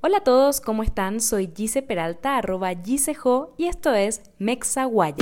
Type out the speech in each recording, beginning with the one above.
Hola a todos, ¿cómo están? Soy Gise Peralta, @GiseJo, y esto es Mexaguaya.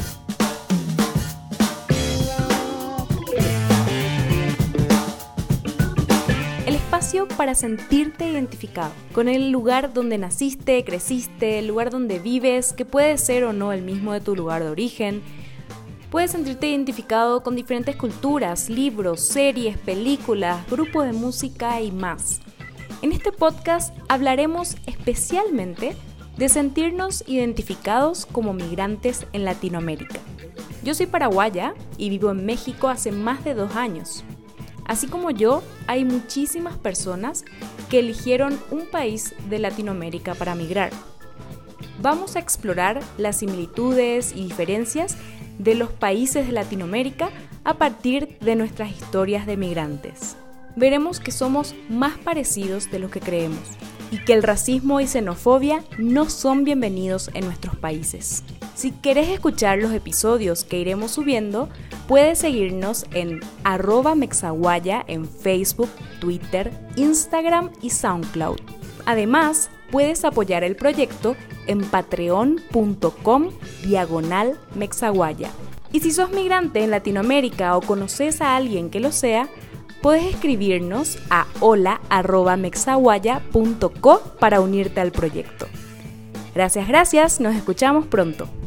El espacio para sentirte identificado con el lugar donde naciste, creciste, el lugar donde vives, que puede ser o no el mismo de tu lugar de origen. Puedes sentirte identificado con diferentes culturas, libros, series, películas, grupos de música y más. En este podcast hablaremos especialmente de sentirnos identificados como migrantes en Latinoamérica. Yo soy paraguaya y vivo en México hace más de 2 años. Así como yo, hay muchísimas personas que eligieron un país de Latinoamérica para migrar. Vamos a explorar las similitudes y diferencias de los países de Latinoamérica a partir de nuestras historias de migrantes. Veremos que somos más parecidos de lo que creemos y que el racismo y xenofobia no son bienvenidos en nuestros países. Si querés escuchar los episodios que iremos subiendo, puedes seguirnos en @Mexaguaya en Facebook, Twitter, Instagram y SoundCloud. Además, puedes apoyar el proyecto en patreon.com/Mexaguaya. Y si sos migrante en Latinoamérica o conoces a alguien que lo sea, puedes escribirnos a hola@mexaguaya.co para unirte al proyecto. Gracias, nos escuchamos pronto.